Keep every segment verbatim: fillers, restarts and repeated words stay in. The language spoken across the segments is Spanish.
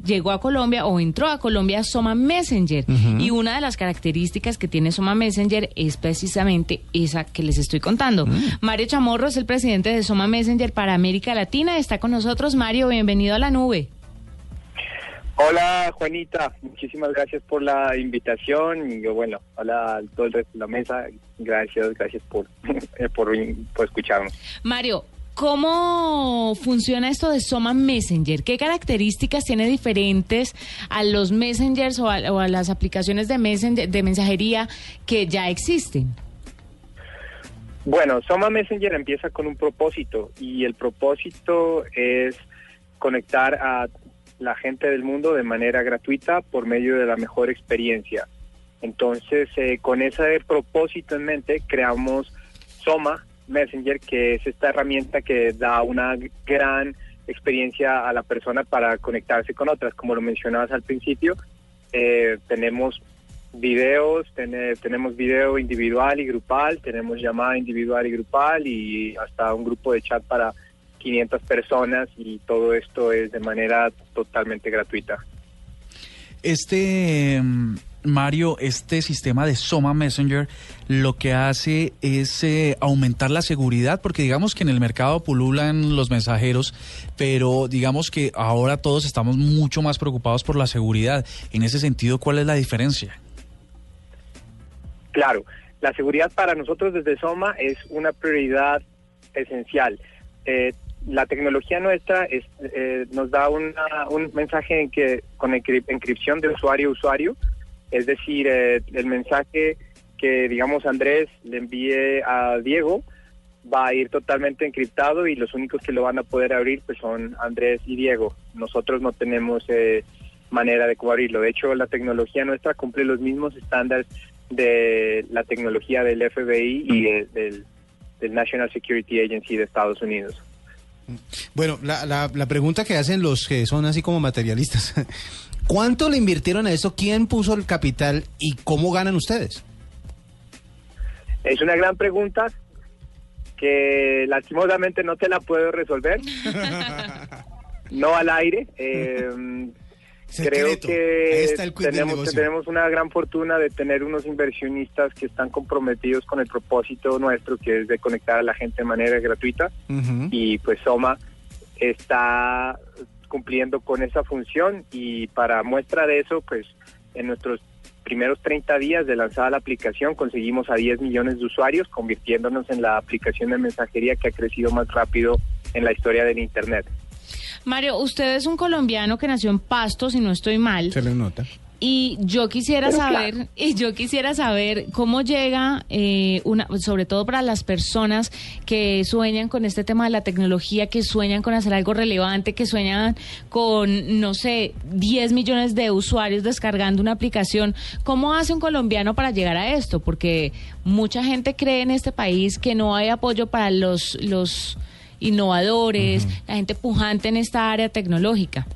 llegó a Colombia o entró a Colombia Soma Messenger. Uh-huh. Y una de las características que tiene Soma Messenger es precisamente esa que les estoy contando. Uh-huh. Mario Chamorro es el presidente de Soma Messenger para América Latina. Está con nosotros. Mario, bienvenido a La Nube. Hola Juanita, muchísimas gracias por la invitación y yo, bueno, hola a todo el resto de la mesa, gracias, gracias por, por, por escucharnos. Mario, ¿cómo funciona esto de Soma Messenger? ¿Qué características tiene diferentes a los messengers o a, o a las aplicaciones de, messenger, de mensajería que ya existen? Bueno, Soma Messenger empieza con un propósito y el propósito es conectar a la gente del mundo de manera gratuita por medio de la mejor experiencia. Entonces, eh, con ese propósito en mente, creamos Soma Messenger, que es esta herramienta que da una gran experiencia a la persona para conectarse con otras. Como lo mencionabas al principio, eh, tenemos videos, ten, tenemos video individual y grupal, tenemos llamada individual y grupal y hasta un grupo de chat para quinientas personas y todo esto es de manera totalmente gratuita. Este, Mario, este sistema de Soma Messenger lo que hace es eh, aumentar la seguridad, porque digamos que en el mercado pululan los mensajeros, pero digamos que ahora todos estamos mucho más preocupados por la seguridad. En ese sentido, ¿cuál es la diferencia? Claro, la seguridad para nosotros desde Soma es una prioridad esencial. Eh, La tecnología nuestra es, eh, nos da una, un mensaje en que con encripción de usuario a usuario, es decir, eh, el mensaje que, digamos, Andrés le envíe a Diego va a ir totalmente encriptado y los únicos que lo van a poder abrir pues son Andrés y Diego. Nosotros no tenemos eh, manera de cómo abrirlo. De hecho, la tecnología nuestra cumple los mismos estándares de la tecnología del F B I y eh, del, del National Security Agency de Estados Unidos. Bueno, la, la, la pregunta que hacen los que son así como materialistas, ¿cuánto le invirtieron a esto? ¿Quién puso el capital y cómo ganan ustedes? Es una gran pregunta que lastimosamente no te la puedo resolver, no al aire. Eh, creo que tenemos, tenemos una gran fortuna de tener unos inversionistas que están comprometidos con el propósito nuestro, que es de conectar a la gente de manera gratuita. Uh-huh. Y pues Soma está cumpliendo con esa función y para muestra de eso, pues en nuestros primeros treinta días de lanzada la aplicación conseguimos a diez millones de usuarios, convirtiéndonos en la aplicación de mensajería que ha crecido más rápido en la historia del Internet. Mario, usted es un colombiano que nació en Pasto, si no estoy mal. Se le nota. Y yo quisiera Pero saber, claro. y yo quisiera saber cómo llega, eh, una, sobre todo para las personas que sueñan con este tema de la tecnología, que sueñan con hacer algo relevante, que sueñan con, no sé, diez millones de usuarios descargando una aplicación. ¿Cómo hace un colombiano para llegar a esto? Porque mucha gente cree en este país que no hay apoyo para los, los innovadores, uh-huh. la gente pujante en esta área tecnológica.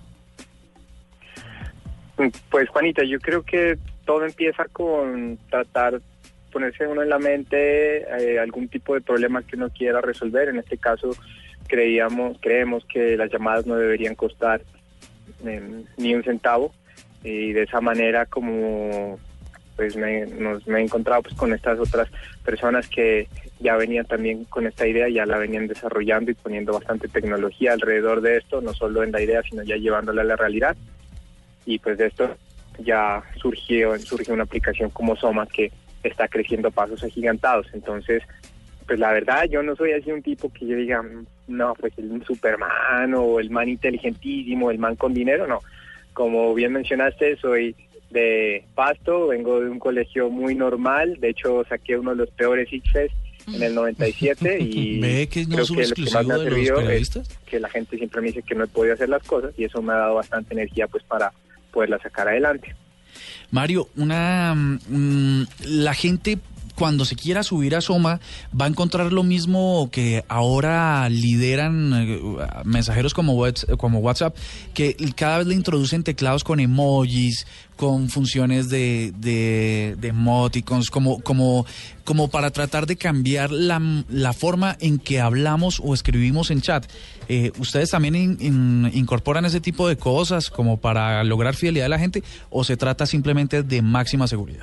Pues Juanita, yo creo que todo empieza con tratar, ponerse uno en la mente eh, algún tipo de problema que uno quiera resolver. En este caso creíamos, creemos que las llamadas no deberían costar eh, ni un centavo y de esa manera como pues me, nos, me he encontrado pues con estas otras personas que ya venían también con esta idea, ya la venían desarrollando y poniendo bastante tecnología alrededor de esto, no solo en la idea sino ya llevándola a la realidad. Y pues de esto ya surgió, surgió una aplicación como Soma que está creciendo a pasos agigantados. Entonces, pues la verdad, yo no soy así un tipo que yo diga, no, pues el Superman o el man inteligentísimo, el man con dinero, no. Como bien mencionaste, soy de Pasto, vengo de un colegio muy normal, de hecho saqué uno de los peores I C F E S en el noventa y siete y ¿Ve que no creo es un que lo que más me ha servido es que la gente siempre me dice que no he podido hacer las cosas y eso me ha dado bastante energía pues para poderla sacar adelante. Mario, una mm, la gente cuando se quiera subir a Soma, va a encontrar lo mismo que ahora lideran eh, mensajeros como WhatsApp, como WhatsApp, que cada vez le introducen teclados con emojis, con funciones de, de, de emoticons, como, como, como para tratar de cambiar la, la forma en que hablamos o escribimos en chat. Eh, ¿Ustedes también in, in, incorporan ese tipo de cosas como para lograr fidelidad de la gente, o se trata simplemente de máxima seguridad?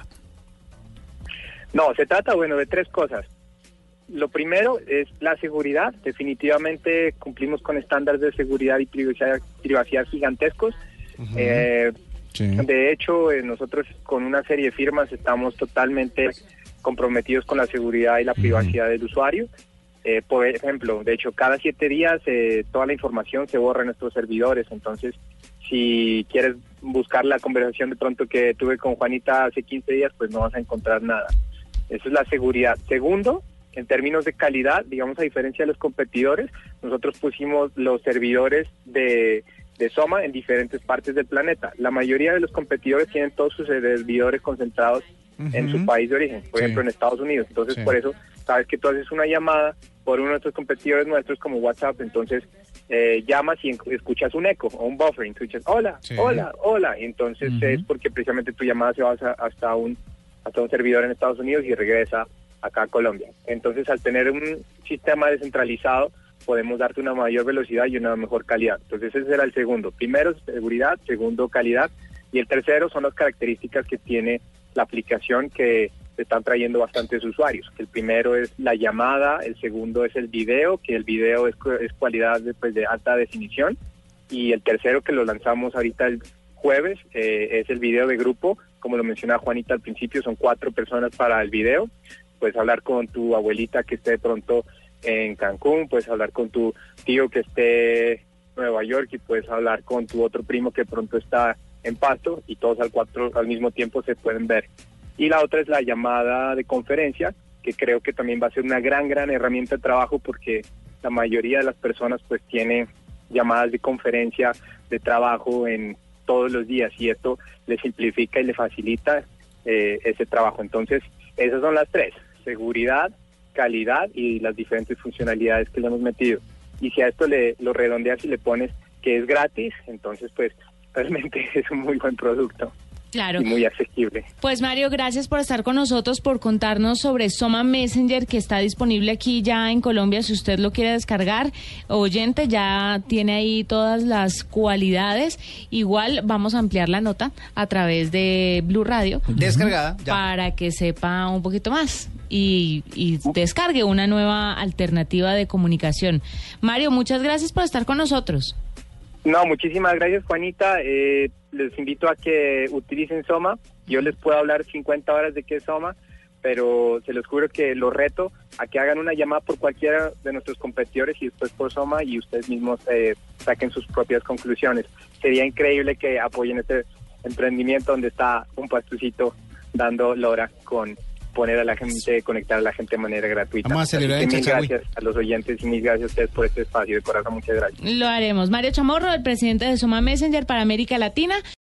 No, se trata, bueno, de tres cosas. Lo primero es la seguridad. Definitivamente cumplimos con estándares de seguridad y privacidad, privacidad gigantescos. Uh-huh. eh, sí. De hecho, eh, nosotros con una serie de firmas estamos totalmente comprometidos con la seguridad y la privacidad uh-huh. del usuario. Eh, por ejemplo, de hecho, cada siete días eh, toda la información se borra en nuestros servidores. Entonces, si quieres buscar la conversación de pronto que tuve con Juanita hace quince días, pues no vas a encontrar nada. Eso es la seguridad. Segundo, en términos de calidad, digamos, a diferencia de los competidores, nosotros pusimos los servidores de, de Soma en diferentes partes del planeta. La mayoría de los competidores tienen todos sus servidores concentrados uh-huh. en su país de origen, por sí. ejemplo, en Estados Unidos. Entonces, sí. por eso, sabes que tú haces una llamada por uno de estos competidores nuestros como WhatsApp, entonces eh, llamas y escuchas un eco o un buffering, tú dices, hola, sí. hola, hola, y entonces uh-huh. es porque precisamente tu llamada se va hasta un... hasta un servidor en Estados Unidos y regresa acá a Colombia. Entonces, al tener un sistema descentralizado, podemos darte una mayor velocidad y una mejor calidad. Entonces, ese será el segundo. Primero, seguridad. Segundo, calidad. Y el tercero son las características que tiene la aplicación que están trayendo bastantes usuarios. El primero es la llamada, el segundo es el video, que el video es, es cualidad de, pues, de alta definición. Y el tercero, que lo lanzamos ahorita el jueves, eh, es el video de grupo. Como lo mencionaba Juanita al principio, son cuatro personas para el video. Puedes hablar con tu abuelita que esté de pronto en Cancún, puedes hablar con tu tío que esté en Nueva York y puedes hablar con tu otro primo que pronto está en Pasto, y todos al, cuatro, al mismo tiempo se pueden ver. Y la otra es la llamada de conferencia, que creo que también va a ser una gran, gran herramienta de trabajo, porque la mayoría de las personas pues tiene llamadas de conferencia de trabajo en todos los días, y esto le simplifica y le facilita eh, ese trabajo. Entonces, esas son las tres: seguridad, calidad y las diferentes funcionalidades que le hemos metido. Y si a esto le lo redondeas y le pones que es gratis, entonces pues realmente es un muy buen producto. Claro. Y muy accesible. Pues Mario, gracias por estar con nosotros, por contarnos sobre Soma Messenger, que está disponible aquí ya en Colombia si usted lo quiere descargar. Oyente, ya tiene ahí todas las cualidades. Igual vamos a ampliar la nota a través de Blue Radio. Descargada. Ya. Para que sepa un poquito más y, y descargue una nueva alternativa de comunicación. Mario, muchas gracias por estar con nosotros. No, muchísimas gracias, Juanita. Eh, les invito a que utilicen Soma. Yo les puedo hablar cincuenta horas de qué es Soma, pero se los juro que los reto a que hagan una llamada por cualquiera de nuestros competidores y después por Soma, y ustedes mismos eh, saquen sus propias conclusiones. Sería increíble que apoyen este emprendimiento donde está un pastucito dando lora con poner a la gente, conectar a la gente de manera gratuita. Vamos a celebrar en Mil Chachagüí. gracias a los oyentes y mil gracias a ustedes por este espacio. De corazón, muchas gracias. Lo haremos. Mario Chamorro, el presidente de Soma Messenger para América Latina.